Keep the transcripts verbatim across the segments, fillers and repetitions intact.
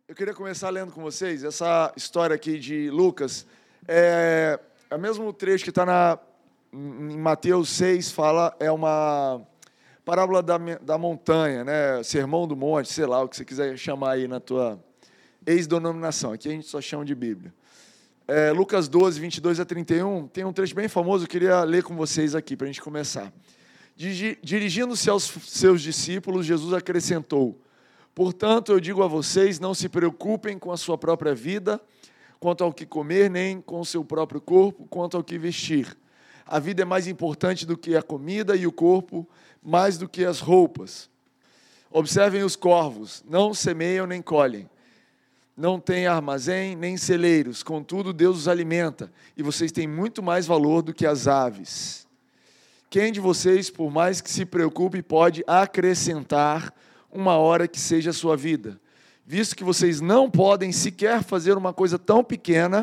Eu queria começar lendo com vocês essa história aqui de Lucas. É, é o mesmo trecho que está na, em Mateus seis, fala, é uma parábola da, da montanha, né? Sermão do monte, sei lá, o que você quiser chamar aí na tua ex-denominação. Aqui a gente só chama de Bíblia. É, Lucas doze, vinte e dois a trinta e um, tem um trecho bem famoso, eu queria ler com vocês aqui, para a gente começar. Dirigindo-se aos seus discípulos, Jesus acrescentou: portanto, eu digo a vocês, não se preocupem com a sua própria vida, quanto ao que comer, nem com o seu próprio corpo, quanto ao que vestir. A vida é mais importante do que a comida e o corpo mais do que as roupas. Observem os corvos, não semeiam nem colhem, não têm armazém nem celeiros, contudo Deus os alimenta, e vocês têm muito mais valor do que as aves. Quem de vocês, por mais que se preocupe, pode acrescentar uma hora que seja a sua vida? Visto que vocês não podem sequer fazer uma coisa tão pequena,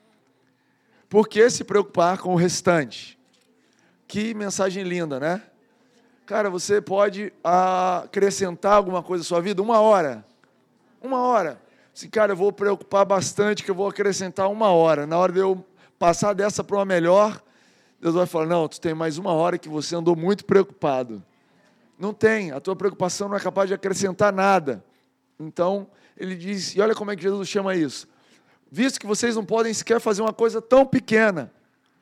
por que se preocupar com o restante? Que mensagem linda, né? Cara, você pode acrescentar alguma coisa à sua vida? Uma hora. Uma hora. Se, cara, eu vou preocupar bastante que eu vou acrescentar uma hora. Na hora de eu passar dessa para uma melhor, Deus vai falar, não, tu tem mais uma hora que você andou muito preocupado. Não tem, a tua preocupação não é capaz de acrescentar nada. Então, ele diz, e olha como é que Jesus chama isso. Visto que vocês não podem sequer fazer uma coisa tão pequena,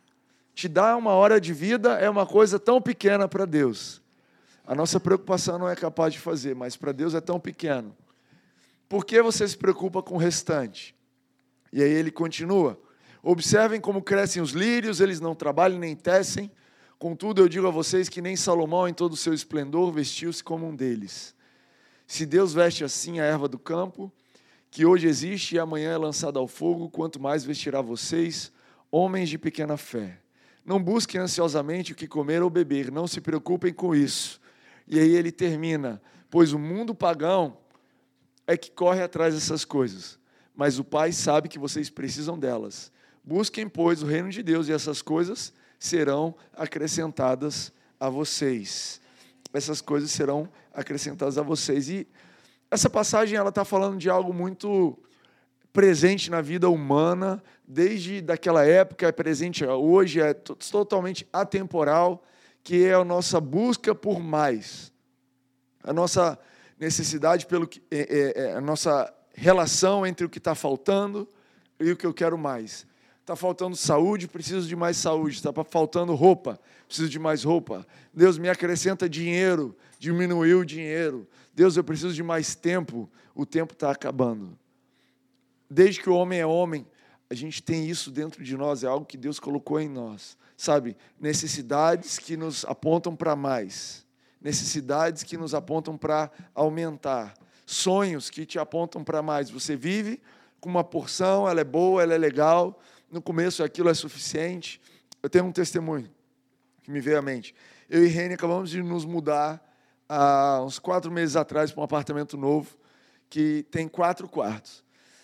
te dar uma hora de vida é uma coisa tão pequena para Deus. A nossa preocupação não é capaz de fazer, mas para Deus é tão pequeno. Por que você se preocupa com o restante? E aí ele continua. Observem como crescem os lírios, eles não trabalham nem tecem. Contudo, eu digo a vocês que nem Salomão, em todo o seu esplendor, vestiu-se como um deles. Se Deus veste assim a erva do campo, que hoje existe e amanhã é lançada ao fogo, quanto mais vestirá vocês, homens de pequena fé. Não busquem ansiosamente o que comer ou beber, não se preocupem com isso. E aí ele termina, pois o mundo pagão é que corre atrás dessas coisas, mas o Pai sabe que vocês precisam delas. Busquem, pois, o reino de Deus e essas coisas serão acrescentadas a vocês. Essas coisas serão acrescentadas a vocês. E essa passagem ela está falando de algo muito presente na vida humana, desde daquela época, é presente hoje, é totalmente atemporal, que é a nossa busca por mais. A nossa necessidade, pelo que, é, é, a nossa relação entre o que está faltando e o que eu quero mais. Está faltando saúde, preciso de mais saúde. Está faltando roupa, preciso de mais roupa. Deus, me acrescenta dinheiro, diminuiu o dinheiro. Deus, eu preciso de mais tempo, o tempo está acabando. Desde que o homem é homem, a gente tem isso dentro de nós, é algo que Deus colocou em nós. Sabe, necessidades que nos apontam para mais. Necessidades que nos apontam para aumentar. Sonhos que te apontam para mais. Você vive com uma porção, ela é boa, ela é legal. No começo aquilo é suficiente. Eu tenho um testemunho que me veio à mente. Eu e Reni acabamos de nos mudar há uns quatro meses atrás para um apartamento novo que tem quatro quartos.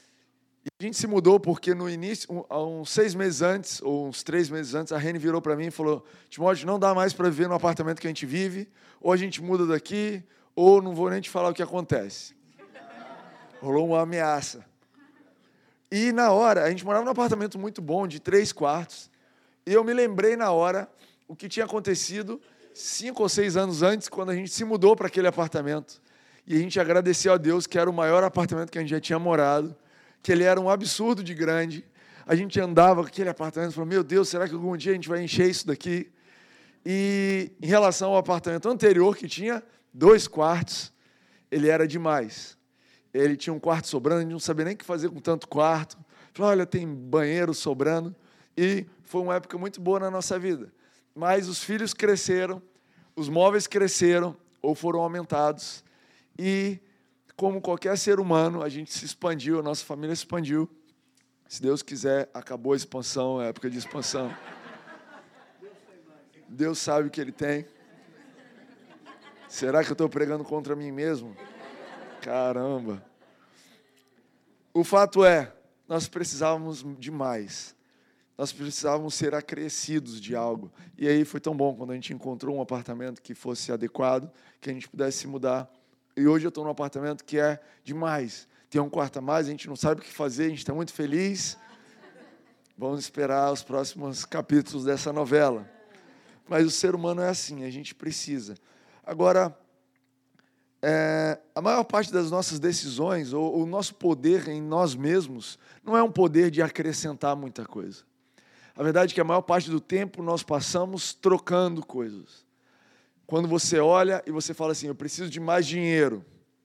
E a gente se mudou porque no início, há uns seis meses antes, ou uns três meses antes, a Reni virou para mim e falou: Timóteo, não dá mais para viver no apartamento que a gente vive, ou a gente muda daqui, ou não vou nem te falar o que acontece. Rolou uma ameaça. E na hora, a gente morava num apartamento muito bom, de três quartos, e eu me lembrei na hora o que tinha acontecido cinco ou seis anos antes, quando a gente se mudou para aquele apartamento. E a gente agradeceu a Deus que era o maior apartamento que a gente já tinha morado, que ele era um absurdo de grande. A gente andava com aquele apartamento e falou, meu Deus, será que algum dia a gente vai encher isso daqui? E em relação ao apartamento anterior, que tinha dois quartos, ele era demais. Ele tinha um quarto sobrando, a gente não sabia nem o que fazer com tanto quarto. Falei, olha, tem banheiro sobrando. E foi uma época muito boa na nossa vida. Mas os filhos cresceram, os móveis cresceram ou foram aumentados. E, como qualquer ser humano, a gente se expandiu, a nossa família se expandiu. Se Deus quiser, acabou a expansão, a época de expansão. Deus sabe o que Ele tem. Será que eu estou pregando contra mim mesmo? Caramba. O fato é, nós precisávamos de mais. Nós precisávamos ser acrescidos de algo. E aí foi tão bom quando a gente encontrou um apartamento que fosse adequado, que a gente pudesse se mudar. E hoje eu estou num apartamento que é demais. tem um quarto a mais, a gente não sabe o que fazer, a gente está muito feliz. Vamos esperar os próximos capítulos dessa novela. Mas o ser humano é assim, a gente precisa. Agora, é, a maior parte das nossas decisões, ou o nosso poder em nós mesmos, não é um poder de acrescentar muita coisa. A verdade é que a maior parte do tempo nós passamos trocando coisas. Quando você olha e você fala assim, eu preciso de mais dinheiro.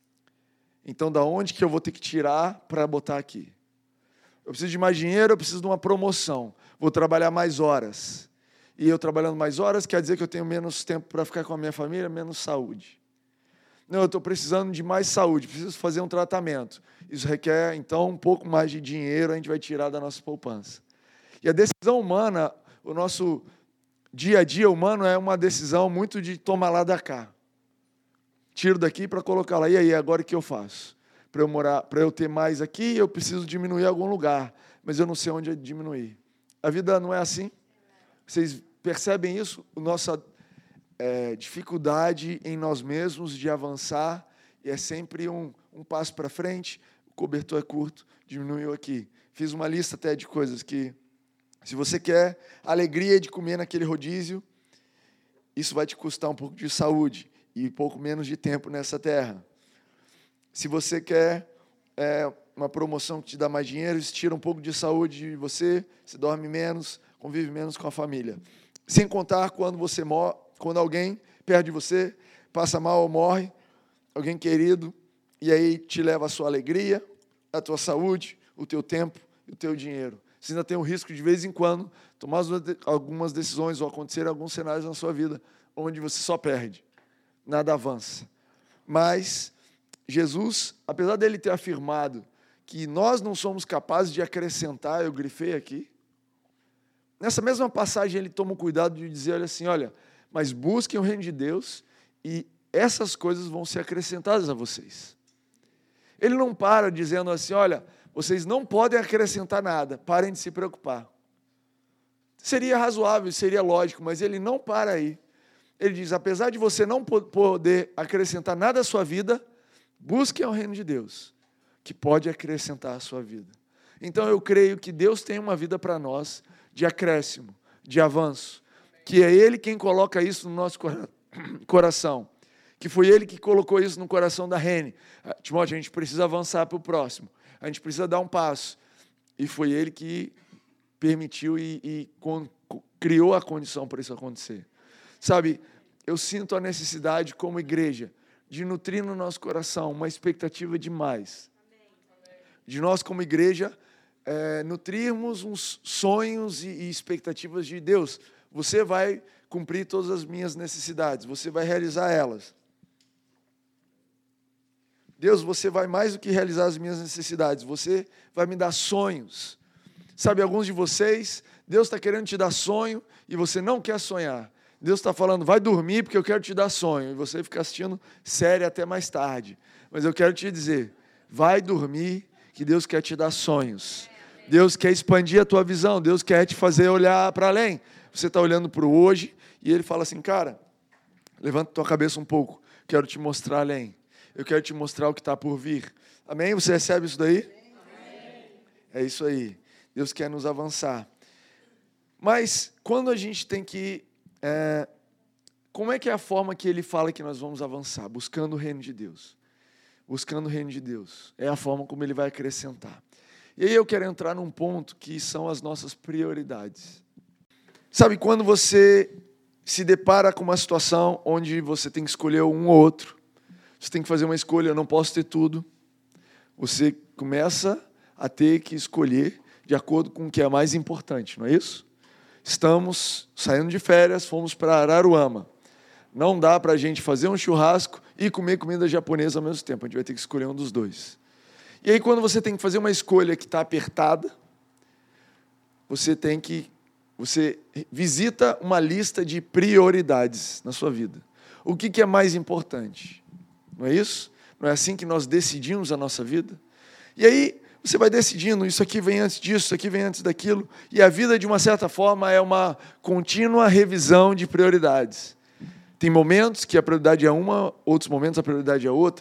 Então, da onde que eu vou ter que tirar para botar aqui? Eu preciso de mais dinheiro, eu preciso de uma promoção. Vou trabalhar mais horas. E eu trabalhando mais horas quer dizer que eu tenho menos tempo para ficar com a minha família, menos saúde. Não, eu estou precisando de mais saúde, preciso fazer um tratamento. Isso requer, então, um pouco mais de dinheiro, a gente vai tirar da nossa poupança. E a decisão humana, o nosso dia a dia humano é uma decisão muito de tomar lá da cá. Tiro daqui para colocar lá. E aí, agora o que eu faço? Para eu morar, para eu ter mais aqui, eu preciso diminuir algum lugar, mas eu não sei onde diminuir. A vida não é assim? Vocês percebem isso? A nossa é, dificuldade em nós mesmos de avançar e é sempre um, um passo para frente, o cobertor é curto, diminuiu aqui. Fiz uma lista até de coisas que, se você quer alegria de comer naquele rodízio, isso vai te custar um pouco de saúde e um pouco menos de tempo nessa terra. Se você quer é, uma promoção que te dá mais dinheiro, isso tira um pouco de saúde de você, você dorme menos, convive menos com a família. Sem contar quando você morre, quando alguém perde você, passa mal ou morre, alguém querido, e aí te leva a sua alegria, a tua saúde, o teu tempo e o teu dinheiro. Você ainda tem o risco de, de vez em quando, tomar algumas decisões ou acontecer alguns cenários na sua vida onde você só perde, nada avança. Mas Jesus, apesar dele ter afirmado que nós não somos capazes de acrescentar, eu grifei aqui, nessa mesma passagem ele toma o cuidado de dizer, olha assim, olha, mas busquem o reino de Deus e essas coisas vão ser acrescentadas a vocês. Ele não para dizendo assim, olha, vocês não podem acrescentar nada, parem de se preocupar. Seria razoável, seria lógico, mas ele não para aí. Ele diz, apesar de você não poder acrescentar nada à sua vida, busquem o reino de Deus, que pode acrescentar à sua vida. Então eu creio que Deus tem uma vida para nós, de acréscimo, de avanço, que é Ele quem coloca isso no nosso coração, que foi Ele que colocou isso no coração da Rene. Timóteo, a gente precisa avançar para o próximo, a gente precisa dar um passo, e foi Ele que permitiu e, e con, criou a condição para isso acontecer. Sabe, eu sinto a necessidade como igreja de nutrir no nosso coração uma expectativa de mais, de nós como igreja É, nutrirmos uns sonhos e, e expectativas de Deus. Você vai cumprir todas as minhas necessidades, você vai realizar elas. Deus, você vai mais do que realizar as minhas necessidades, você vai me dar sonhos. Sabe, alguns de vocês, Deus está querendo te dar sonho e você não quer sonhar. Deus está falando, vai dormir porque eu quero te dar sonho. E você fica assistindo série até mais tarde. Mas eu quero te dizer, vai dormir que Deus quer te dar sonhos. Deus quer expandir a tua visão, Deus quer te fazer olhar para além. Você está olhando para o hoje e Ele fala assim, cara, levanta tua cabeça um pouco, quero te mostrar além. Eu quero te mostrar o que está por vir. Amém? Você recebe isso daí? Amém. É isso aí. Deus quer nos avançar. Mas quando a gente tem que... É, como é que é a forma que Ele fala que nós vamos avançar? Buscando o reino de Deus. Buscando o reino de Deus. É a forma como Ele vai acrescentar. E aí eu quero entrar num ponto que são as nossas prioridades. Sabe, quando você se depara com uma situação onde você tem que escolher um ou outro, você tem que fazer uma escolha, eu não posso ter tudo, você começa a ter que escolher de acordo com o que é mais importante, não é isso? Estamos saindo de férias, fomos para Araruama. Não dá para a gente fazer um churrasco e comer comida japonesa ao mesmo tempo, a gente vai ter que escolher um dos dois. E aí, quando você tem que fazer uma escolha que está apertada, você tem que, você visita uma lista de prioridades na sua vida. O que, que é mais importante? Não é isso? Não é assim que nós decidimos a nossa vida? E aí, você vai decidindo, isso aqui vem antes disso, isso aqui vem antes daquilo, e a vida, de uma certa forma, é uma contínua revisão de prioridades. Tem momentos que a prioridade é uma, outros momentos a prioridade é outra.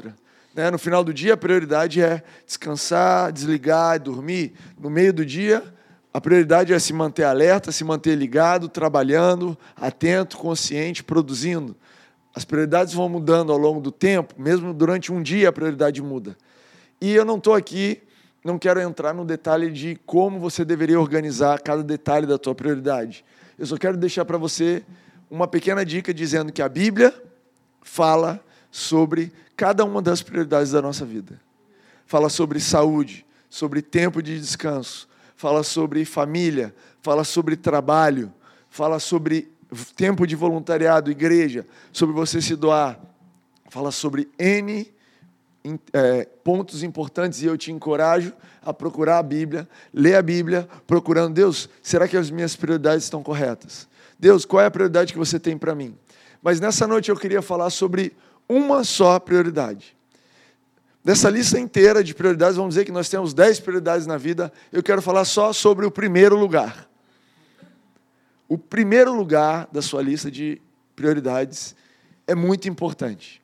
Né? No final do dia, a prioridade é descansar, desligar, dormir. No meio do dia, a prioridade é se manter alerta, se manter ligado, trabalhando, atento, consciente, produzindo. As prioridades vão mudando ao longo do tempo, mesmo durante um dia a prioridade muda. E eu não estou aqui, não quero entrar no detalhe de como você deveria organizar cada detalhe da tua prioridade. Eu só quero deixar para você uma pequena dica dizendo que a Bíblia fala sobre cada uma das prioridades da nossa vida. Fala sobre saúde, sobre tempo de descanso, fala sobre família, fala sobre trabalho, fala sobre tempo de voluntariado, igreja, sobre você se doar, fala sobre N é, pontos importantes, e eu te encorajo a procurar a Bíblia, ler a Bíblia, procurando, Deus, será que as minhas prioridades estão corretas? Deus, qual é a prioridade que você tem para mim? Mas nessa noite eu queria falar sobre uma só prioridade. Dessa lista inteira de prioridades, vamos dizer que nós temos dez prioridades na vida, eu quero falar só sobre o primeiro lugar. O primeiro lugar da sua lista de prioridades é muito importante.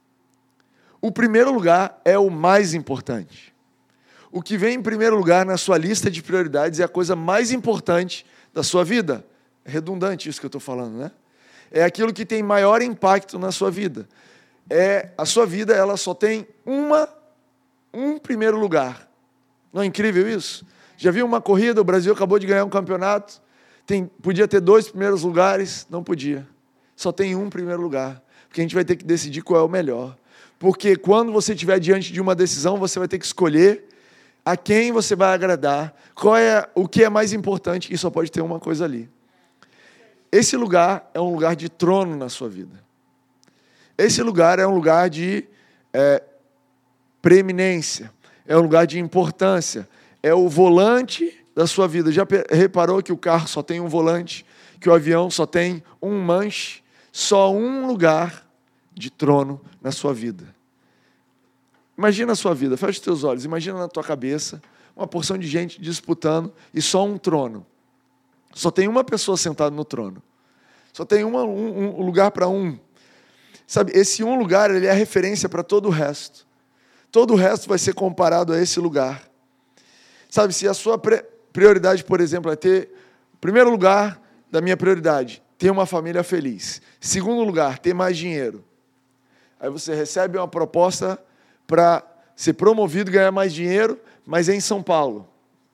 O primeiro lugar é o mais importante. O que vem em primeiro lugar na sua lista de prioridades é a coisa mais importante da sua vida. É redundante isso que eu estou falando, né? É aquilo que tem maior impacto na sua vida. É, a sua vida ela só tem uma, um primeiro lugar. Não é incrível isso? Já viu uma corrida, o Brasil acabou de ganhar um campeonato, tem, podia ter dois primeiros lugares, não podia. Só tem um primeiro lugar, porque a gente vai ter que decidir qual é o melhor. Porque quando você estiver diante de uma decisão, você vai ter que escolher a quem você vai agradar, qual é, o que é mais importante, e só pode ter uma coisa ali. Esse lugar é um lugar de trono na sua vida. Esse lugar é um lugar de é, preeminência, é um lugar de importância, é o volante da sua vida. Já reparou que o carro só tem um volante, que o avião só tem um manche, só um lugar de trono na sua vida. Imagina a sua vida, fecha os teus olhos, imagina na tua cabeça uma porção de gente disputando e só um trono. Só tem uma pessoa sentada no trono. Só tem uma, um, um lugar para um. Sabe, esse um lugar ele é a referência para todo o resto. Todo o resto vai ser comparado a esse lugar. Sabe, se a sua prioridade, por exemplo, é ter... Primeiro lugar da minha prioridade, ter uma família feliz. Segundo lugar, ter mais dinheiro. Aí você recebe uma proposta para ser promovido e ganhar mais dinheiro, mas é em São Paulo.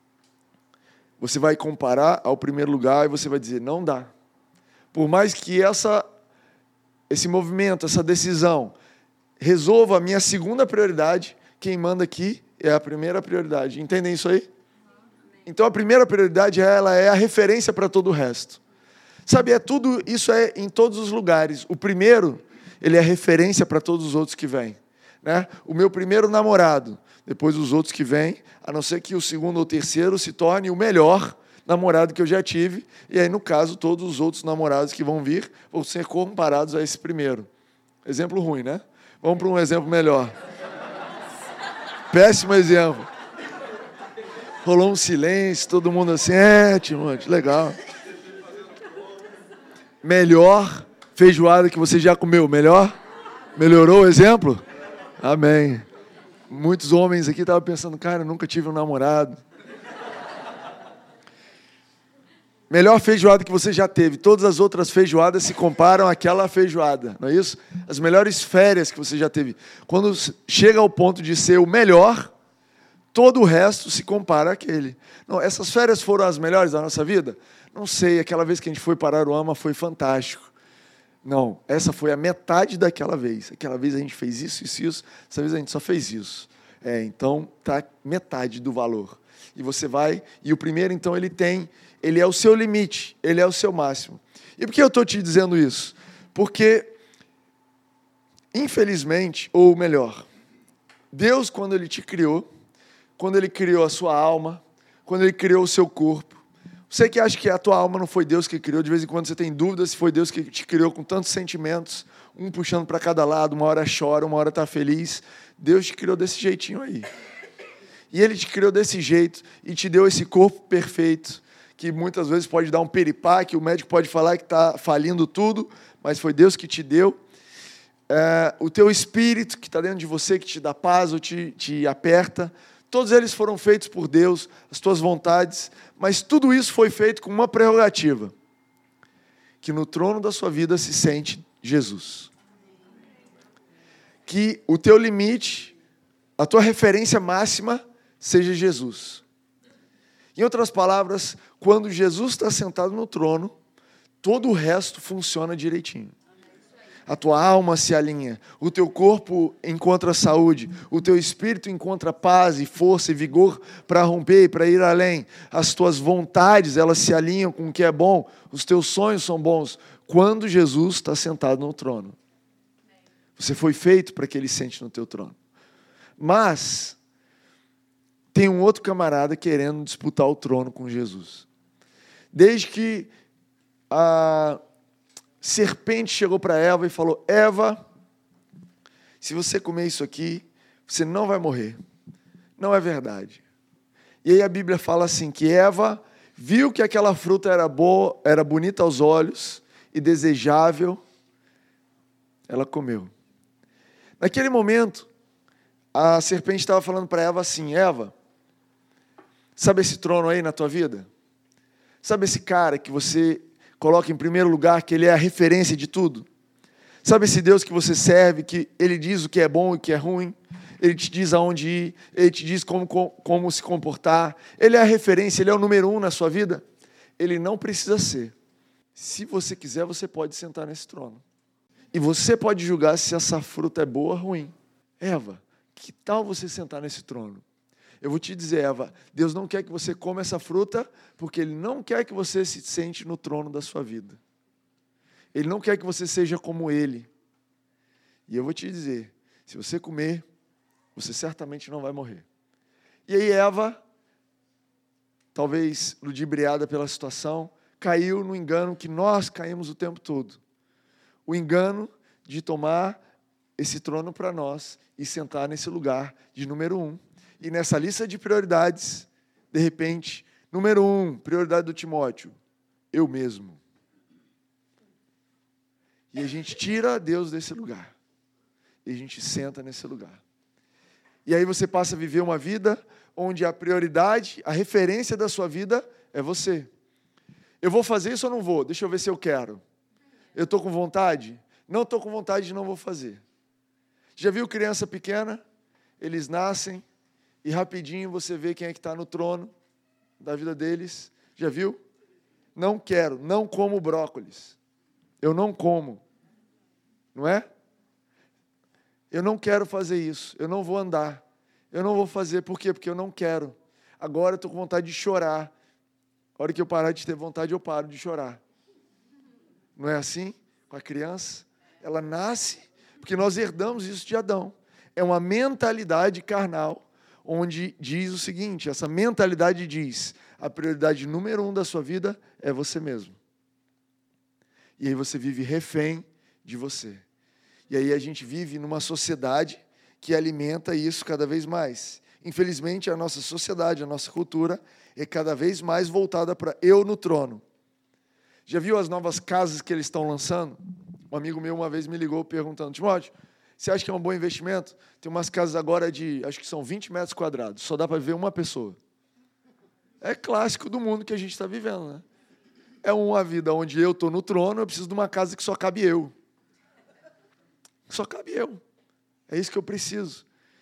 Você vai comparar ao primeiro lugar e você vai dizer, não dá. Por mais que essa, esse movimento, essa decisão, resolva a minha segunda prioridade, quem manda aqui é a primeira prioridade. Entendem isso aí? Então, a primeira prioridade ela é a referência para todo o resto. Sabe, é tudo, isso é em todos os lugares. O primeiro, ele é referência para todos os outros que vêm. Né? O meu primeiro namorado, depois os outros que vêm, a não ser que o segundo ou terceiro se torne o melhor namorado que eu já tive, e aí, no caso, todos os outros namorados que vão vir vão ser comparados a esse primeiro. Exemplo ruim, né? Vamos para um exemplo melhor. Péssimo exemplo. Rolou um silêncio, todo mundo assim, é, Timóteo, legal. Melhor feijoada que você já comeu, melhor? Melhorou o exemplo? Amém. Muitos homens aqui estavam pensando, cara, eu nunca tive um namorado. Melhor feijoada que você já teve. Todas as outras feijoadas se comparam àquela feijoada, não é isso? As melhores férias que você já teve. Quando chega ao ponto de ser o melhor, todo o resto se compara àquele. Não, essas férias foram as melhores da nossa vida? Não sei, aquela vez que a gente foi para Aruama foi fantástico. Não, essa foi a metade daquela vez. Aquela vez a gente fez isso, isso, isso. Dessa vez a gente só fez isso. É, então, está metade do valor. E você vai... E o primeiro, então, ele tem... Ele é o seu limite, ele é o seu máximo. E por que eu estou te dizendo isso? Porque, infelizmente, ou melhor, Deus, quando Ele te criou, quando Ele criou a sua alma, quando Ele criou o seu corpo, você que acha que a tua alma não foi Deus que criou, de vez em quando você tem dúvida se foi Deus que te criou com tantos sentimentos, um puxando para cada lado, uma hora chora, uma hora está feliz. Deus te criou desse jeitinho aí. E Ele te criou desse jeito e te deu esse corpo perfeito, que muitas vezes pode dar um piripá, que o médico pode falar que está falindo tudo, mas foi Deus que te deu. é, o teu espírito que está dentro de você, que te dá paz ou te, te aperta, todos eles foram feitos por Deus, as tuas vontades, mas tudo isso foi feito com uma prerrogativa, que no trono da sua vida se sente Jesus. Que o teu limite, a tua referência máxima seja Jesus. Em outras palavras, quando Jesus está sentado no trono, todo o resto funciona direitinho. A tua alma se alinha, o teu corpo encontra saúde, o teu espírito encontra paz e força e vigor para romper e para ir além. As tuas vontades, elas se alinham com o que é bom, os teus sonhos são bons, quando Jesus está sentado no trono. Você foi feito para que Ele sente no teu trono. Mas tem um outro camarada querendo disputar o trono com Jesus. Desde que a serpente chegou para Eva e falou: Eva, se você comer isso aqui, você não vai morrer. Não é verdade. E aí a Bíblia fala assim, que Eva viu que aquela fruta era boa, era bonita aos olhos e desejável, ela comeu. Naquele momento, a serpente estava falando para Eva assim: Eva, sabe esse trono aí na tua vida? Sabe esse cara que você coloca em primeiro lugar, que ele é a referência de tudo? Sabe esse Deus que você serve, que Ele diz o que é bom e o que é ruim? Ele te diz aonde ir, Ele te diz como, como se comportar. Ele é a referência, Ele é o número um na sua vida? Ele não precisa ser. Se você quiser, você pode sentar nesse trono. E você pode julgar se essa fruta é boa ou ruim. Eva, que tal você sentar nesse trono? Eu vou te dizer, Eva, Deus não quer que você coma essa fruta, porque Ele não quer que você se sente no trono da sua vida. Ele não quer que você seja como Ele. E eu vou te dizer, se você comer, você certamente não vai morrer. E aí Eva, talvez ludibriada pela situação, caiu no engano que nós caímos o tempo todo. O engano de tomar esse trono para nós e sentar nesse lugar de número um. E nessa lista de prioridades, de repente, número um, prioridade do Timóteo, eu mesmo. E a gente tira Deus desse lugar. E a gente senta nesse lugar. E aí você passa a viver uma vida onde a prioridade, a referência da sua vida é você. Eu vou fazer isso ou não vou? Deixa eu ver se eu quero. Eu estou com vontade? Não estou com vontade, não vou fazer. Já viu criança pequena? Eles nascem e rapidinho você vê quem é que está no trono da vida deles. Já viu? Não quero, não como brócolis. Eu não como. Não é? Eu não quero fazer isso. Eu não vou andar. Eu não vou fazer. Por quê? Porque eu não quero. Agora eu estou com vontade de chorar. A hora que eu parar de ter vontade, eu paro de chorar. Não é assim? Com a criança? Ela nasce, porque nós herdamos isso de Adão. É uma mentalidade carnal, onde diz o seguinte, essa mentalidade diz, a prioridade número um da sua vida é você mesmo. E aí você vive refém de você. E aí a gente vive numa sociedade que alimenta isso cada vez mais. Infelizmente, a nossa sociedade, a nossa cultura é cada vez mais voltada para eu no trono. Já viu as novas casas que eles estão lançando? Um amigo meu uma vez me ligou perguntando, Timóteo, você acha que é um bom investimento? Tem umas casas agora de, acho que são vinte metros quadrados, só dá para viver uma pessoa. É clássico do mundo que a gente está vivendo, né? É uma vida onde eu estou no trono, eu preciso de uma casa que só cabe eu. Só cabe eu. É isso que eu preciso.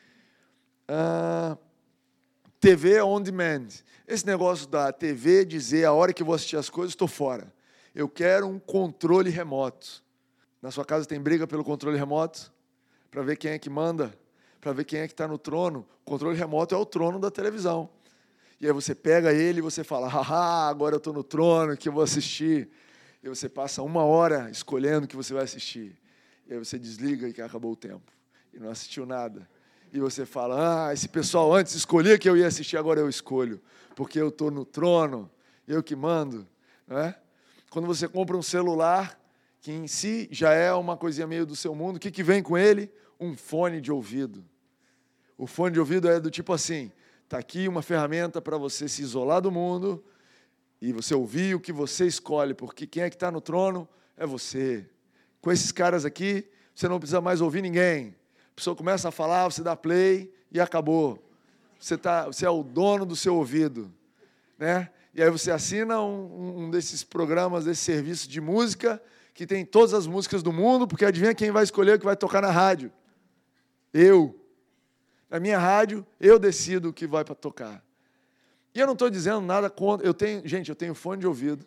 Ah, T V on demand. Esse negócio da T V dizer a hora que eu vou assistir as coisas, estou fora. Eu quero um controle remoto. Na sua casa tem briga pelo controle remoto? Para ver quem é que manda? Para ver quem é que está no trono? O controle remoto é o trono da televisão. E aí você pega ele e você fala, haha, agora eu estou no trono, que eu vou assistir. E você passa uma hora escolhendo o que você vai assistir. E aí você desliga e que acabou o tempo. E não assistiu nada. E você fala, ah, esse pessoal antes escolhia que eu ia assistir, agora eu escolho. Porque eu estou no trono, eu que mando. Não é? Quando você compra um celular, que em si já é uma coisinha meio do seu mundo, o que, que vem com ele? Um fone de ouvido. O fone de ouvido é do tipo assim, está aqui uma ferramenta para você se isolar do mundo e você ouvir o que você escolhe, porque quem é que está no trono é você. Com esses caras aqui, Você não precisa mais ouvir ninguém. A pessoa começa a falar, você dá play e acabou. Você, tá, você é o dono do seu ouvido, né? E aí você assina um, um desses programas, desse serviço de música, que tem todas as músicas do mundo, porque adivinha quem vai escolher o que vai tocar na rádio? Eu. Na minha rádio, eu decido o que vai para tocar. E eu não estou dizendo nada contra... Eu tenho, gente, eu tenho fone de ouvido.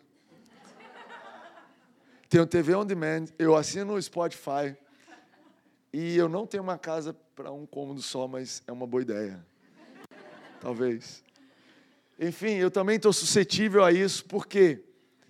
Tenho T V on demand, eu assino o Spotify. E eu não tenho uma casa para um cômodo só, mas é uma boa ideia. Talvez. Enfim, eu também estou suscetível a isso, porque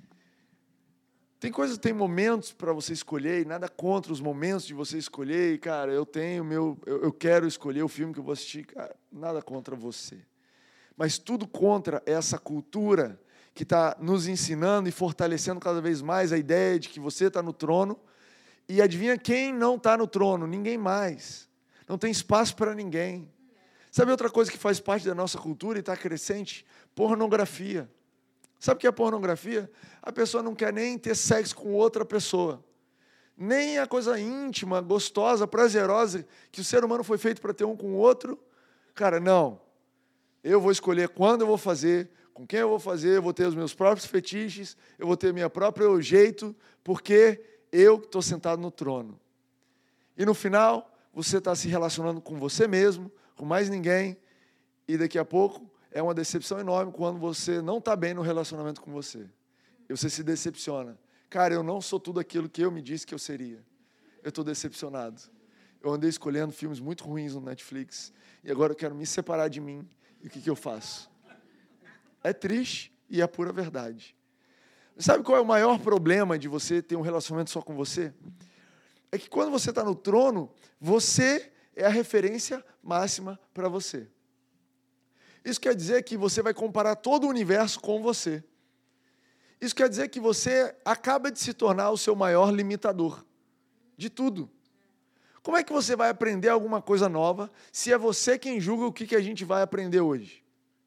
tem coisas, tem momentos para você escolher, e nada contra os momentos de você escolher. E, cara, eu tenho meu, eu, eu quero escolher o filme que eu vou assistir, cara, nada contra você. Mas tudo contra essa cultura que está nos ensinando e fortalecendo cada vez mais a ideia de que você está no trono. E adivinha quem não está no trono? Ninguém mais. Não tem espaço para ninguém. Sabe outra coisa que faz parte da nossa cultura e está crescente? Pornografia. Sabe o que é pornografia? A pessoa não quer nem ter sexo com outra pessoa. Nem a coisa íntima, gostosa, prazerosa, que o ser humano foi feito para ter um com o outro. Cara, não. Eu vou escolher quando eu vou fazer, com quem eu vou fazer, eu vou ter os meus próprios fetiches, eu vou ter meu próprio jeito, porque eu estou sentado no trono. E no final, você está se relacionando com você mesmo, com mais ninguém, e daqui a pouco é uma decepção enorme quando você não está bem no relacionamento com você. E você se decepciona. Cara, eu não sou tudo aquilo que eu me disse que eu seria. Eu estou decepcionado. Eu andei escolhendo filmes muito ruins no Netflix, e agora eu quero me separar de mim. E o que, que eu faço? É triste e é a pura verdade. Sabe qual é o maior problema de você ter um relacionamento só com você? É que quando você está no trono, você é a referência máxima para você. Isso quer dizer que você vai comparar todo o universo com você. Isso quer dizer que você acaba de se tornar o seu maior limitador de tudo. Como é que você vai aprender alguma coisa nova se é você quem julga o que a gente vai aprender hoje?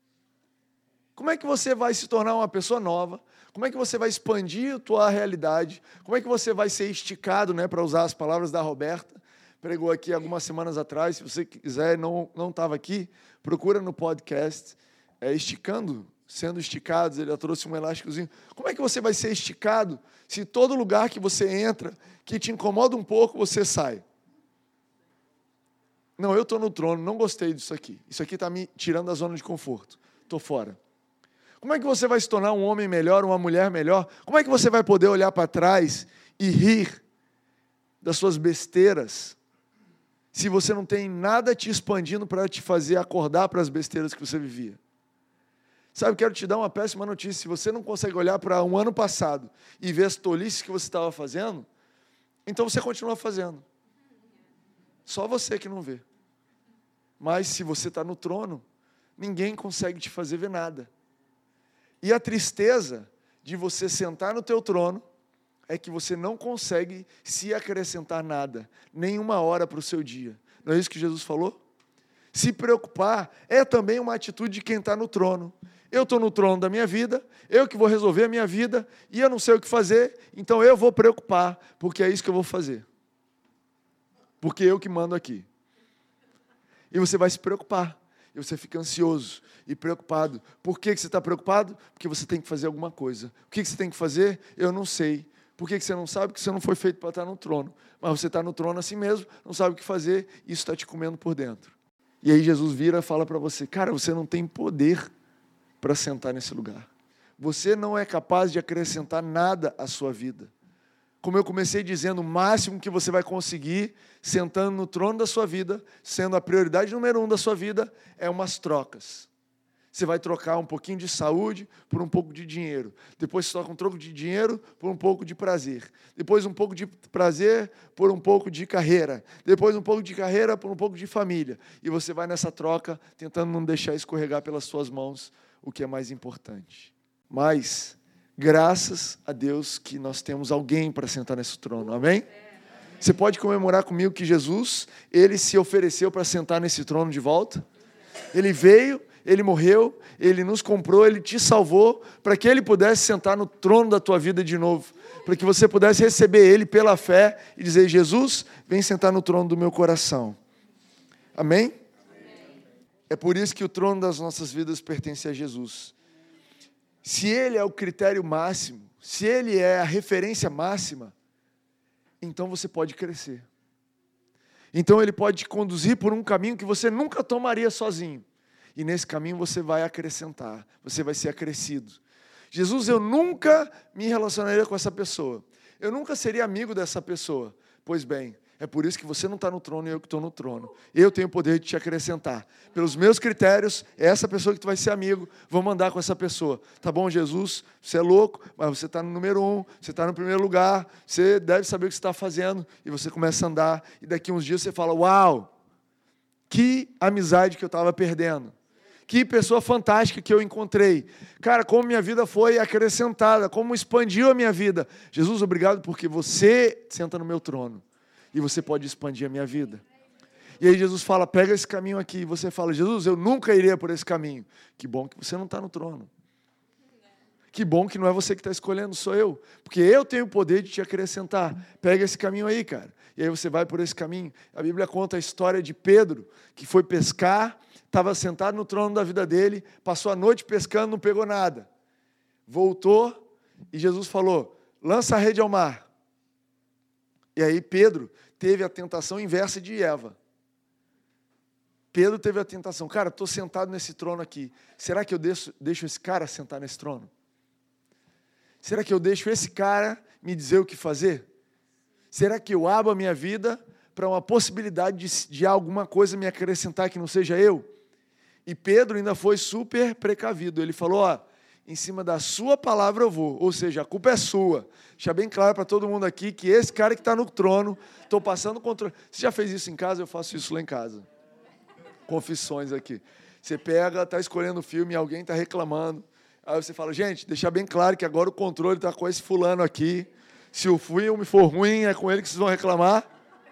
Como é que você vai se tornar uma pessoa nova? Como é que você vai expandir a tua realidade? Como é que você vai ser esticado, né, para usar as palavras da Roberta? Pregou aqui algumas semanas atrás. Se você quiser, não não estava aqui, procura no podcast, é, esticando, sendo esticados. Ele trouxe um elásticozinho. Como é que você vai ser esticado se todo lugar que você entra, que te incomoda um pouco, você sai? Não, eu estou no trono, não gostei disso aqui. Isso aqui está me tirando da zona de conforto. Estou fora. Como é que você vai se tornar um homem melhor, uma mulher melhor? Como é que você vai poder olhar para trás e rir das suas besteiras, se você não tem nada te expandindo para te fazer acordar para as besteiras que você vivia? Sabe, quero te dar uma péssima notícia. Se você não consegue olhar para um ano passado e ver as tolices que você estava fazendo, então você continua fazendo. Só você que não vê. Mas se você está no trono, ninguém consegue te fazer ver nada. E a tristeza de você sentar no teu trono é que você não consegue se acrescentar nada, nenhuma hora para o seu dia. Não é isso que Jesus falou? Se preocupar é também uma atitude de quem está no trono. Eu estou no trono da minha vida, eu que vou resolver a minha vida, e eu não sei o que fazer, então eu vou preocupar, porque é isso que eu vou fazer. Porque eu que mando aqui. E você vai se preocupar. E você fica ansioso e preocupado. Por que você está preocupado? Porque você tem que fazer alguma coisa. O que você tem que fazer? Eu não sei. Por que você não sabe? Porque você não foi feito para estar no trono. Mas você está no trono assim mesmo, não sabe o que fazer, e isso está te comendo por dentro. E aí Jesus vira e fala para você, cara, você não tem poder para sentar nesse lugar. Você não é capaz de acrescentar nada à sua vida. Como eu comecei dizendo, o máximo que você vai conseguir, sentando no trono da sua vida, sendo a prioridade número um da sua vida, é umas trocas. Você vai trocar um pouquinho de saúde por um pouco de dinheiro. Depois você troca um troco de dinheiro por um pouco de prazer. Depois um pouco de prazer por um pouco de carreira. Depois um pouco de carreira por um pouco de família. E você vai nessa troca, tentando não deixar escorregar pelas suas mãos o que é mais importante. Mas graças a Deus que nós temos alguém para sentar nesse trono, amém? Você pode comemorar comigo que Jesus, Ele se ofereceu para sentar nesse trono de volta? Ele veio, Ele morreu, Ele nos comprou, Ele te salvou, para que Ele pudesse sentar no trono da tua vida de novo, para que você pudesse receber Ele pela fé e dizer, Jesus, vem sentar no trono do meu coração. Amém? Amém? É por isso que o trono das nossas vidas pertence a Jesus. Se Ele é o critério máximo, se Ele é a referência máxima, então você pode crescer. Então Ele pode te conduzir por um caminho que você nunca tomaria sozinho. E nesse caminho você vai acrescentar, você vai ser acrescido. Jesus, eu nunca me relacionaria com essa pessoa. Eu nunca seria amigo dessa pessoa. Pois bem, é por isso que você não está no trono e eu que estou no trono. Eu tenho o poder de te acrescentar. Pelos meus critérios, é essa pessoa que tu vai ser amigo, vamos andar com essa pessoa. Tá bom, Jesus? Você é louco, mas você está no número um, você está no primeiro lugar, você deve saber o que você está fazendo, e você começa a andar, e daqui uns dias você fala, uau, que amizade que eu estava perdendo. Que pessoa fantástica que eu encontrei. Cara, como minha vida foi acrescentada, como expandiu a minha vida. Jesus, obrigado porque você senta no meu trono. E você pode expandir a minha vida. E aí Jesus fala, pega esse caminho aqui. E você fala, Jesus, eu nunca iria por esse caminho. Que bom que você não está no trono. Que bom que não é você que está escolhendo, sou eu. Porque eu tenho o poder de te acrescentar. Pega esse caminho aí, cara. E aí você vai por esse caminho. A Bíblia conta a história de Pedro, que foi pescar, estava sentado no trono da vida dele, passou a noite pescando, não pegou nada. Voltou e Jesus falou, lança a rede ao mar. E aí Pedro teve a tentação inversa de Eva. Pedro teve a tentação, cara, estou sentado nesse trono aqui. Será que eu deixo, deixo esse cara sentar nesse trono? Será que eu deixo esse cara me dizer o que fazer? Será que eu abro a minha vida para uma possibilidade de, de alguma coisa me acrescentar que não seja eu? E Pedro ainda foi super precavido. Ele falou, ó, em cima da sua palavra eu vou. Ou seja, a culpa é sua. Deixa bem claro para todo mundo aqui que esse cara que está no trono, estou passando o controle. Você já fez isso em casa? Eu faço isso lá em casa. Confissões aqui. Você pega, está escolhendo o filme e alguém está reclamando. Aí você fala, gente, deixa bem claro que agora o controle está com esse fulano aqui. Se o filme for ruim, é com ele que vocês vão reclamar.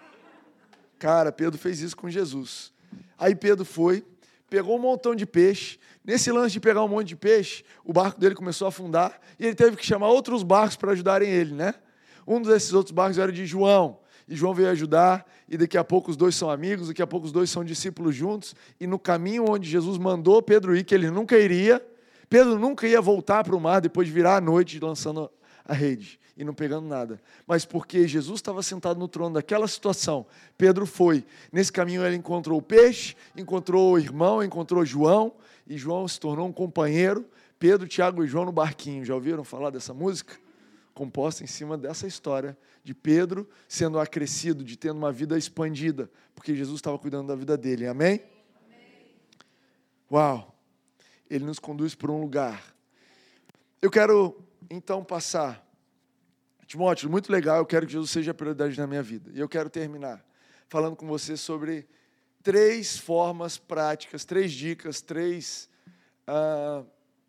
Cara, Pedro fez isso com Jesus. Aí Pedro foi, pegou um montão de peixe. Nesse lance de pegar um monte de peixe, o barco dele começou a afundar e ele teve que chamar outros barcos para ajudarem ele, né? Um desses outros barcos era de João. E João veio ajudar, e daqui a pouco os dois são amigos, daqui a pouco os dois são discípulos juntos. E no caminho onde Jesus mandou Pedro ir, que ele nunca iria, Pedro nunca ia voltar para o mar depois de virar à noite lançando a rede e não pegando nada. Mas porque Jesus estava sentado no trono daquela situação, Pedro foi. Nesse caminho ele encontrou o peixe, encontrou o irmão, encontrou João, e João se tornou um companheiro. Pedro, Tiago e João no barquinho. Já ouviram falar dessa música? Composta em cima dessa história de Pedro sendo acrescido, de tendo uma vida expandida, porque Jesus estava cuidando da vida dele. Amém? Amém. Uau! Ele nos conduz por um lugar. Eu quero, então, passar. Timóteo, muito legal, eu quero que Jesus seja a prioridade na minha vida. E eu quero terminar falando com você sobre três formas práticas, três dicas, três, uh,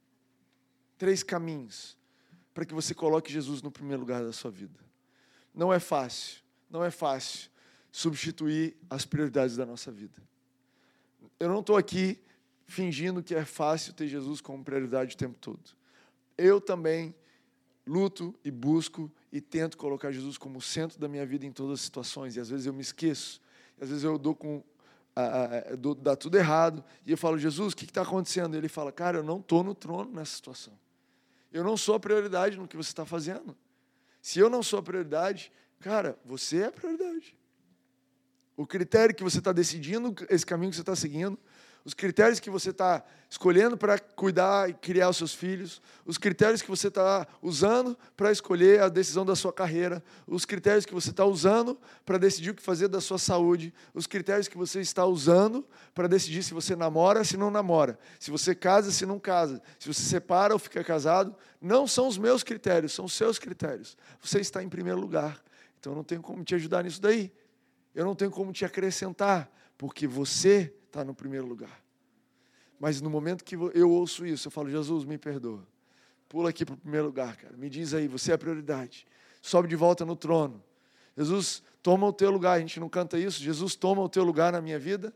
três caminhos para que você coloque Jesus no primeiro lugar da sua vida. Não é fácil, não é fácil substituir as prioridades da nossa vida. Eu não estou aqui fingindo que é fácil ter Jesus como prioridade o tempo todo. Eu também luto e busco e tento colocar Jesus como centro da minha vida em todas as situações. E às vezes eu me esqueço. Às vezes eu dou com... Uh, dou, dá tudo errado. E eu falo, Jesus, o que está acontecendo? E ele fala, cara, eu não estou no trono nessa situação. Eu não sou a prioridade no que você está fazendo. Se eu não sou a prioridade, cara, você é a prioridade. O critério que você está decidindo, esse caminho que você está seguindo, os critérios que você está escolhendo para cuidar e criar os seus filhos, os critérios que você está usando para escolher a decisão da sua carreira, os critérios que você está usando para decidir o que fazer da sua saúde, os critérios que você está usando para decidir se você namora, se não namora, se você casa, se não casa, se você separa ou fica casado, não são os meus critérios, são os seus critérios. Você está em primeiro lugar, então eu não tenho como te ajudar nisso daí. Eu não tenho como te acrescentar, porque você está no primeiro lugar. Mas no momento que eu ouço isso, eu falo, Jesus, me perdoa. Pula aqui para o primeiro lugar, cara. Me diz aí, você é a prioridade. Sobe de volta no trono. Jesus, toma o teu lugar. A gente não canta isso? Jesus, toma o teu lugar na minha vida.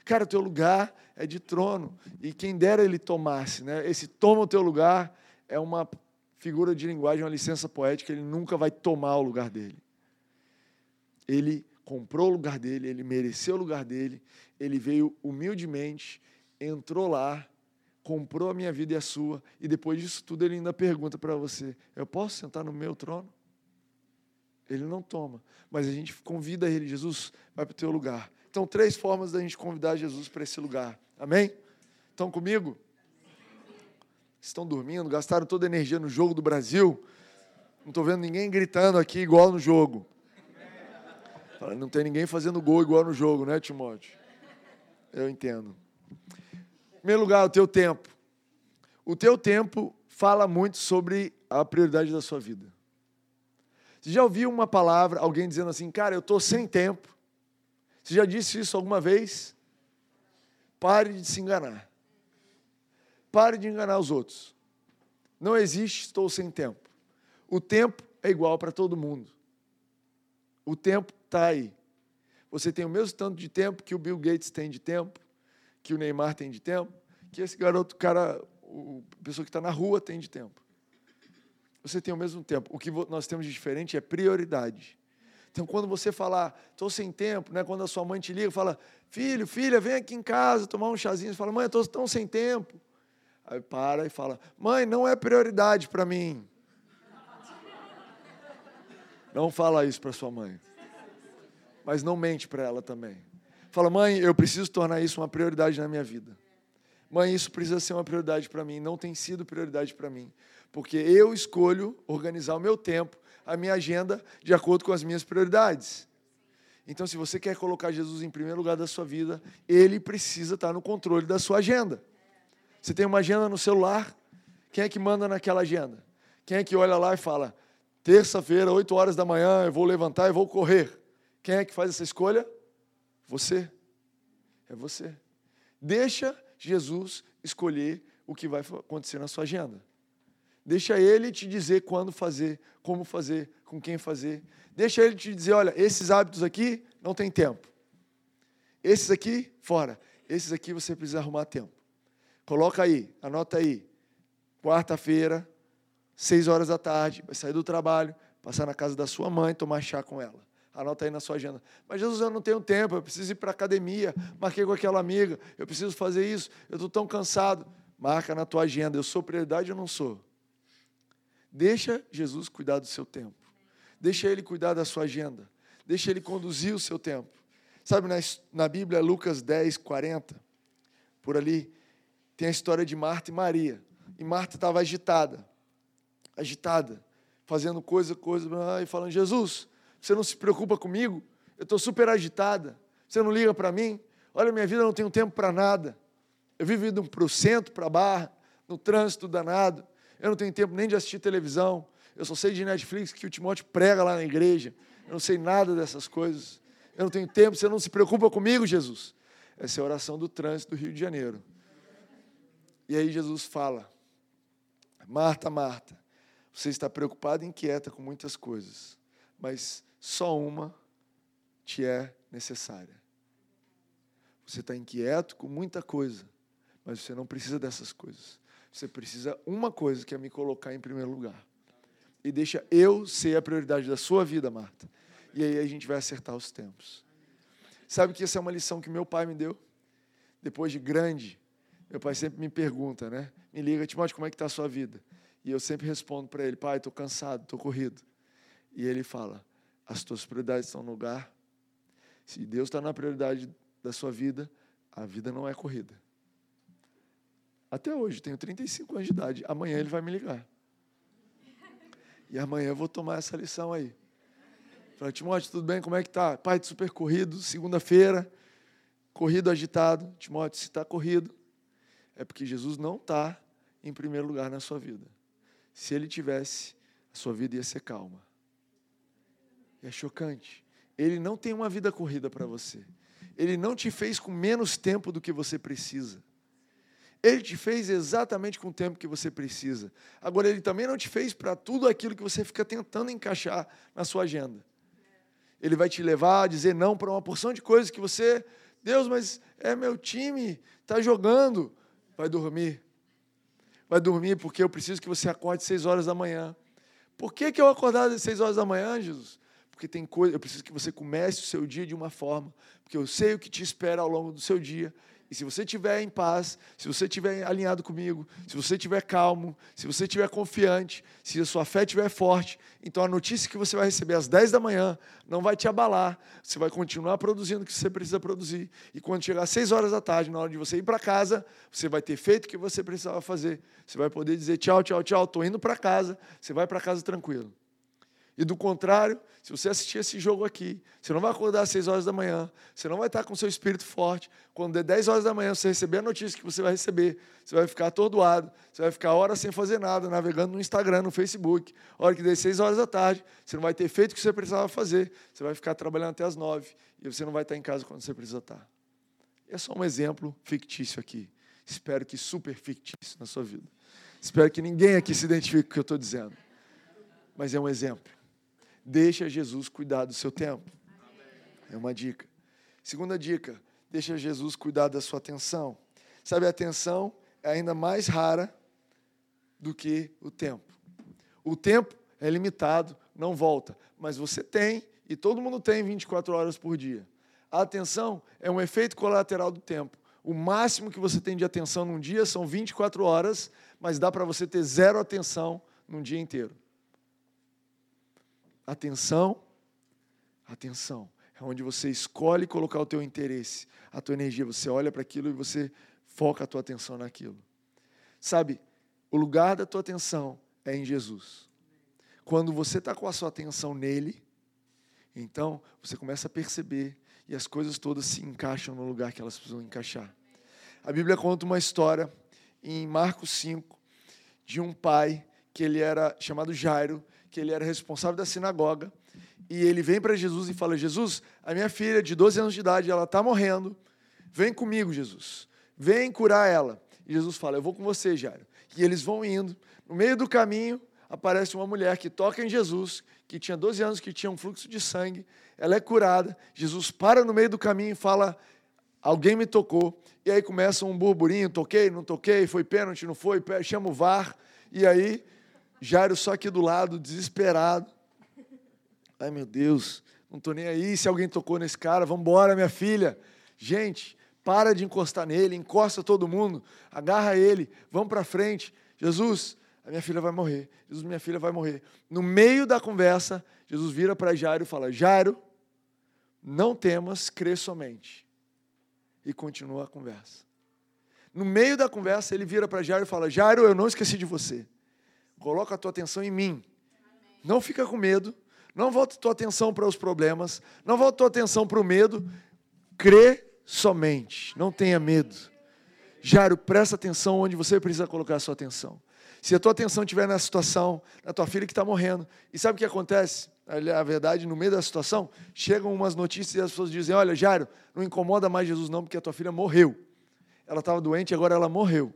Cara, o teu lugar é de trono. E quem dera ele tomasse, né? Esse toma o teu lugar é uma figura de linguagem, uma licença poética, ele nunca vai tomar o lugar dele. Ele comprou o lugar dele, ele mereceu o lugar dele, ele veio humildemente, entrou lá, comprou a minha vida e a sua, e depois disso tudo ele ainda pergunta para você, eu posso sentar no meu trono? Ele não toma, mas a gente convida ele, Jesus, vai para o teu lugar. Então, três formas da gente convidar Jesus para esse lugar. Amém? Estão comigo? Estão dormindo? Gastaram toda a energia no jogo do Brasil? Não estou vendo ninguém gritando aqui igual no jogo. Não tem ninguém fazendo gol igual no jogo, né, Timóteo? Eu entendo. Em primeiro lugar, o teu tempo. O teu tempo fala muito sobre a prioridade da sua vida. Você já ouviu uma palavra, alguém dizendo assim, cara, eu estou sem tempo? Você já disse isso alguma vez? Pare de se enganar. Pare de enganar os outros. Não existe estou sem tempo. O tempo é igual para todo mundo. O tempo está aí. Você tem o mesmo tanto de tempo que o Bill Gates tem de tempo, que o Neymar tem de tempo, que esse garoto, cara, a pessoa que está na rua tem de tempo. Você tem o mesmo tempo. O que nós temos de diferente é prioridade. Então, quando você falar, estou sem tempo, né? Quando a sua mãe te liga e fala, filho, filha, vem aqui em casa tomar um chazinho. Você fala, mãe, eu estou tão sem tempo. Aí para e fala, mãe, não é prioridade para mim. Não fala isso para sua mãe. Mas não mente para ela também. Fala, mãe, eu preciso tornar isso uma prioridade na minha vida. Mãe, isso precisa ser uma prioridade para mim. Não tem sido prioridade para mim. Porque eu escolho organizar o meu tempo, a minha agenda, de acordo com as minhas prioridades. Então, se você quer colocar Jesus em primeiro lugar da sua vida, ele precisa estar no controle da sua agenda. Você tem uma agenda no celular? Quem é que manda naquela agenda? Quem é que olha lá e fala, terça-feira, oito horas da manhã, eu vou levantar e vou correr. Quem é que faz essa escolha? Você. É você. Deixa Jesus escolher o que vai acontecer na sua agenda. Deixa ele te dizer quando fazer, como fazer, com quem fazer. Deixa ele te dizer, olha, esses hábitos aqui não tem tempo. Esses aqui, fora. Esses aqui você precisa arrumar tempo. Coloca aí, anota aí. Quarta-feira, seis horas da tarde, vai sair do trabalho, passar na casa da sua mãe, tomar chá com ela. Anota aí na sua agenda. Mas, Jesus, eu não tenho tempo, eu preciso ir para a academia, marquei com aquela amiga, eu preciso fazer isso, eu estou tão cansado. Marca na tua agenda, eu sou prioridade ou não sou? Deixa Jesus cuidar do seu tempo. Deixa Ele cuidar da sua agenda. Deixa Ele conduzir o seu tempo. Sabe, na, na Bíblia, Lucas dez, quarenta, por ali, tem a história de Marta e Maria. E Marta estava agitada, agitada, fazendo coisa, coisa, e falando, Jesus, você não se preocupa comigo? Eu estou super agitada. Você não liga para mim? Olha, minha vida, eu não tenho tempo para nada. Eu vivo indo para o centro, para a Barra, no trânsito danado. Eu não tenho tempo nem de assistir televisão. Eu só sei de Netflix que o Timóteo prega lá na igreja. Eu não sei nada dessas coisas. Eu não tenho tempo, você não se preocupa comigo, Jesus. Essa é a oração do trânsito do Rio de Janeiro. E aí Jesus fala, Marta, Marta, você está preocupada e inquieta com muitas coisas, mas só uma te é necessária. Você está inquieto com muita coisa, mas você não precisa dessas coisas. Você precisa uma coisa, que é me colocar em primeiro lugar. E deixa eu ser a prioridade da sua vida, Marta. E aí a gente vai acertar os tempos. Sabe que essa é uma lição que meu pai me deu? Depois de grande, meu pai sempre me pergunta, né? Me liga, Timóteo, como é que está a sua vida? E eu sempre respondo para ele, pai, estou cansado, estou corrido. E ele fala, as tuas prioridades estão no lugar. Se Deus está na prioridade da sua vida, a vida não é corrida. Até hoje, tenho trinta e cinco anos de idade. Amanhã ele vai me ligar. E amanhã eu vou tomar essa lição aí. Fala, Timóteo, tudo bem? Como é que tá? Pai, super corrido, segunda-feira, corrido, agitado. Timóteo, se está corrido, é porque Jesus não está em primeiro lugar na sua vida. Se ele tivesse, a sua vida ia ser calma. E é chocante. Ele não tem uma vida corrida para você. Ele não te fez com menos tempo do que você precisa. Ele te fez exatamente com o tempo que você precisa. Agora, ele também não te fez para tudo aquilo que você fica tentando encaixar na sua agenda. Ele vai te levar a dizer não para uma porção de coisas que você Deus, mas é meu time, está jogando. Vai dormir. Vai dormir porque eu preciso que você acorde às seis horas da manhã. Por que, que eu acordar às seis horas da manhã, Jesus? Porque tem coisa, eu preciso que você comece o seu dia de uma forma, porque eu sei o que te espera ao longo do seu dia. E se você estiver em paz, se você estiver alinhado comigo, se você estiver calmo, se você estiver confiante, se a sua fé estiver forte, então a notícia que você vai receber às dez da manhã não vai te abalar. Você vai continuar produzindo o que você precisa produzir. E quando chegar às seis horas da tarde, na hora de você ir para casa, você vai ter feito o que você precisava fazer. Você vai poder dizer tchau, tchau, tchau, estou indo para casa. Você vai para casa tranquilo. E do contrário, se você assistir esse jogo aqui, você não vai acordar às seis horas da manhã, você não vai estar com o seu espírito forte. Quando der dez horas da manhã, você receber a notícia que você vai receber, você vai ficar atordoado, você vai ficar horas sem fazer nada, navegando no Instagram, no Facebook. A hora que der seis horas da tarde, você não vai ter feito o que você precisava fazer, você vai ficar trabalhando até as nove, e você não vai estar em casa quando você precisa estar. É só um exemplo fictício aqui. Espero que super fictício na sua vida. Espero que ninguém aqui se identifique com o que eu estou dizendo. Mas é um exemplo. Deixa Jesus cuidar do seu tempo. É uma dica. Segunda dica, deixa Jesus cuidar da sua atenção. Sabe, a atenção é ainda mais rara do que o tempo. O tempo é limitado, não volta, mas você tem, e todo mundo tem vinte e quatro horas por dia. A atenção é um efeito colateral do tempo. O máximo que você tem de atenção num dia são vinte e quatro horas, mas dá para você ter zero atenção num dia inteiro. Atenção, atenção, é onde você escolhe colocar o teu interesse, a tua energia, você olha para aquilo e você foca a tua atenção naquilo. Sabe, o lugar da tua atenção é em Jesus. Quando você está com a sua atenção nele, então você começa a perceber e as coisas todas se encaixam no lugar que elas precisam encaixar. A Bíblia conta uma história em Marcos cinco, de um pai que ele era chamado Jairo, que ele era responsável da sinagoga, e ele vem para Jesus e fala, Jesus, a minha filha de doze anos de idade, ela está morrendo, vem comigo, Jesus, vem curar ela. E Jesus fala, eu vou com você, Jairo. E eles vão indo, no meio do caminho, aparece uma mulher que toca em Jesus, que tinha doze anos, que tinha um fluxo de sangue, ela é curada, Jesus para no meio do caminho e fala, alguém me tocou, e aí começa um burburinho, toquei, não toquei, foi pênalti, não foi, chama o V A R, e aí Jairo só aqui do lado, desesperado. Ai, meu Deus, não estou nem aí se alguém tocou nesse cara. Vamos embora, minha filha. Gente, para de encostar nele, encosta todo mundo, agarra ele, vamos para frente. Jesus, a minha filha vai morrer. Jesus, minha filha vai morrer. No meio da conversa, Jesus vira para Jairo e fala, Jairo, não temas, crê somente. E continua a conversa. No meio da conversa, ele vira para Jairo e fala, Jairo, eu não esqueci de você. Coloca a tua atenção em mim. Não fica com medo. Não volta a tua atenção para os problemas. Não volta a tua atenção para o medo. Crê somente. Não tenha medo. Jairo, presta atenção onde você precisa colocar a sua atenção. Se a tua atenção estiver na situação, na tua filha que está morrendo. E sabe o que acontece? A verdade, no meio da situação, chegam umas notícias e as pessoas dizem, olha, Jairo, não incomoda mais Jesus não, porque a tua filha morreu. Ela estava doente e agora ela morreu.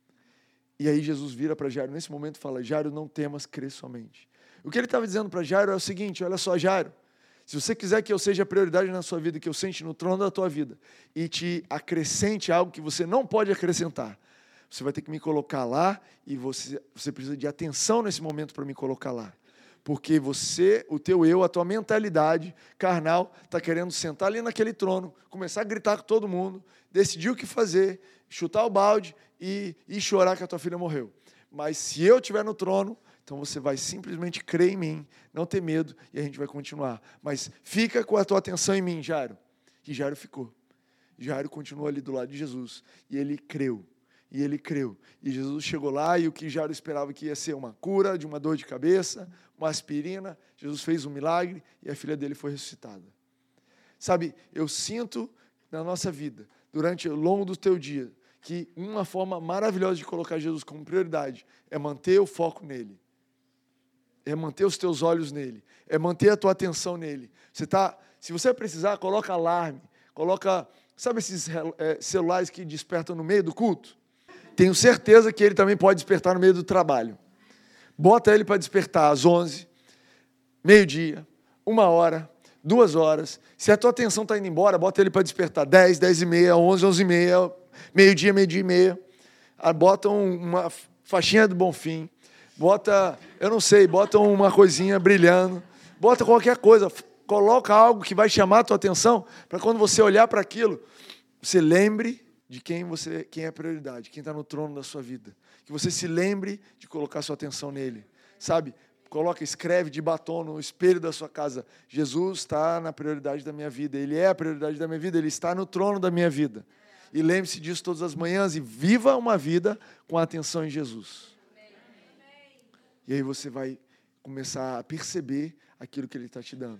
E aí Jesus vira para Jairo, nesse momento e fala, Jairo, não temas, crê somente. O que ele estava dizendo para Jairo é o seguinte, olha só, Jairo, se você quiser que eu seja a prioridade na sua vida, que eu sente no trono da tua vida, e te acrescente algo que você não pode acrescentar, você vai ter que me colocar lá, e você, você precisa de atenção nesse momento para me colocar lá. Porque você, o teu eu, a tua mentalidade carnal, está querendo sentar ali naquele trono, começar a gritar com todo mundo, decidir o que fazer, chutar o balde, E, e chorar que a tua filha morreu. Mas se eu estiver no trono, então você vai simplesmente crer em mim, não ter medo, e a gente vai continuar. Mas fica com a tua atenção em mim, Jairo. E Jairo ficou. Jairo continuou ali do lado de Jesus. E ele creu. E ele creu. E Jesus chegou lá, e o que Jairo esperava que ia ser uma cura de uma dor de cabeça, uma aspirina, Jesus fez um milagre, e a filha dele foi ressuscitada. Sabe, eu sinto na nossa vida, durante o longo do teu dia, que uma forma maravilhosa de colocar Jesus como prioridade é manter o foco nele. É manter os teus olhos nele. É manter a tua atenção nele. Você tá, se você precisar, coloca alarme. Coloca, sabe esses é, celulares que despertam no meio do culto? Tenho certeza que ele também pode despertar no meio do trabalho. Bota ele para despertar às onze, meio-dia, uma hora, duas horas. Se a tua atenção está indo embora, bota ele para despertar. Dez, dez e meia, onze, onze e meia, meio-dia, meio-dia e meia. Bota uma faixinha do Bonfim. Bota, eu não sei, bota uma coisinha brilhando. Bota qualquer coisa. Coloca algo que vai chamar a tua atenção para quando você olhar para aquilo, você lembre de quem, você, quem é a prioridade, quem está no trono da sua vida. Que você se lembre de colocar sua atenção nele. Sabe? Coloca, escreve de batom no espelho da sua casa. Jesus está na prioridade da minha vida. Ele é a prioridade da minha vida. Ele está no trono da minha vida. E lembre-se disso todas as manhãs e viva uma vida com a atenção em Jesus. E aí você vai começar a perceber aquilo que ele está te dando.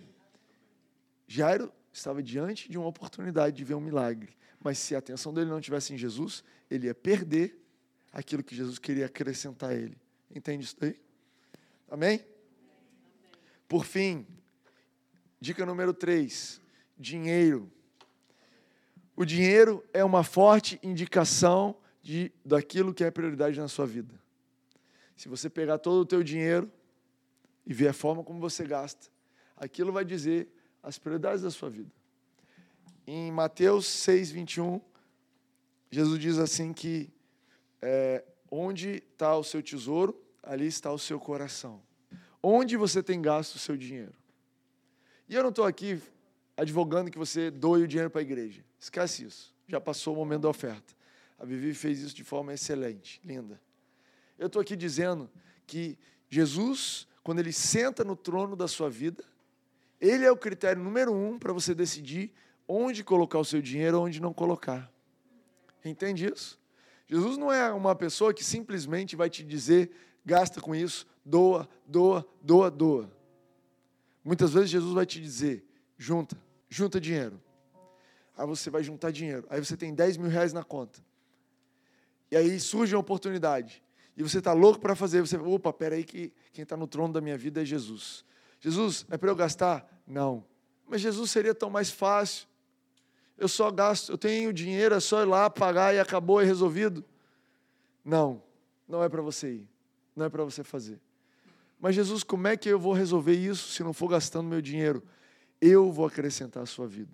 Jairo estava diante de uma oportunidade de ver um milagre. Mas se a atenção dele não estivesse em Jesus, ele ia perder aquilo que Jesus queria acrescentar a ele. Entende isso daí? Amém? Por fim, dica número três, dinheiro. O dinheiro é uma forte indicação de, daquilo que é prioridade na sua vida. Se você pegar todo o teu dinheiro e ver a forma como você gasta, aquilo vai dizer as prioridades da sua vida. Em Mateus seis, vinte e um, Jesus diz assim que é, onde está o seu tesouro, ali está o seu coração. Onde você tem gasto o seu dinheiro? E eu não estou aqui advogando que você doe o dinheiro para a igreja. Esquece isso. Já passou o momento da oferta. A Vivi fez isso de forma excelente, linda. Eu estou aqui dizendo que Jesus, quando Ele senta no trono da sua vida, Ele é o critério número um para você decidir onde colocar o seu dinheiro ou onde não colocar. Entende isso? Jesus não é uma pessoa que simplesmente vai te dizer, gasta com isso, doa, doa, doa, doa. Muitas vezes Jesus vai te dizer, junta, junta dinheiro. Aí você vai juntar dinheiro. Aí você tem dez mil reais na conta. E aí surge uma oportunidade. E você está louco para fazer. Você, opa, peraí que quem está no trono da minha vida é Jesus. Jesus, é para eu gastar? Não. Mas Jesus seria tão mais fácil. Eu só gasto, eu tenho dinheiro, é só ir lá, pagar e acabou, é resolvido. Não, não é para você ir. Não é para você fazer. Mas Jesus, como é que eu vou resolver isso se não for gastando meu dinheiro? Eu vou acrescentar a sua vida.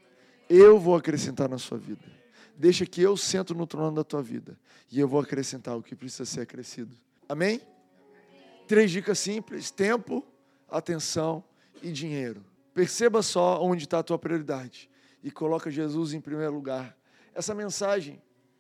Eu vou acrescentar na sua vida. Deixa que eu sento no trono da tua vida. E eu vou acrescentar o que precisa ser acrescido. Amém? Três dicas simples. Tempo, atenção e dinheiro. Perceba só onde está a tua prioridade. E coloca Jesus em primeiro lugar. Essa mensagem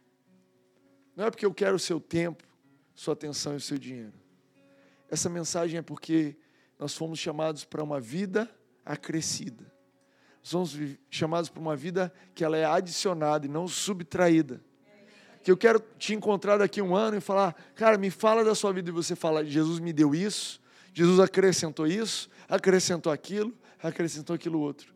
não é porque eu quero o seu tempo, sua atenção e o seu dinheiro. Essa mensagem é porque nós fomos chamados para uma vida acrescida. Nós somos chamados para uma vida que ela é adicionada e não subtraída. Que eu quero te encontrar daqui a um ano e falar, cara, me fala da sua vida. E você fala, Jesus me deu isso, Jesus acrescentou isso, acrescentou aquilo, acrescentou aquilo outro.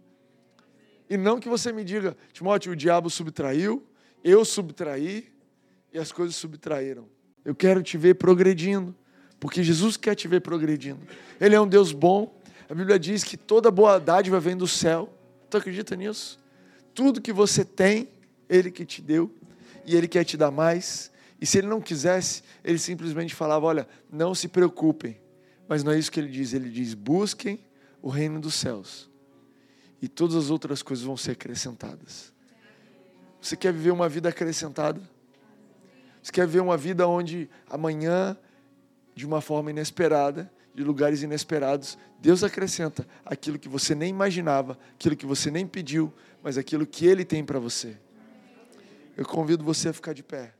E não que você me diga, Timóteo, o diabo subtraiu, eu subtraí e as coisas subtraíram. Eu quero te ver progredindo, porque Jesus quer te ver progredindo. Ele é um Deus bom. A Bíblia diz que toda boa dádiva vem do céu. Tu acredita nisso? Tudo que você tem, Ele que te deu. E Ele quer te dar mais. E se Ele não quisesse, Ele simplesmente falava, olha, não se preocupem. Mas não é isso que Ele diz. Ele diz, busquem o reino dos céus. E todas as outras coisas vão ser acrescentadas. Você quer viver uma vida acrescentada? Você quer viver uma vida onde amanhã, de uma forma inesperada, de lugares inesperados, Deus acrescenta aquilo que você nem imaginava, aquilo que você nem pediu, mas aquilo que Ele tem para você. Eu convido você a ficar de pé.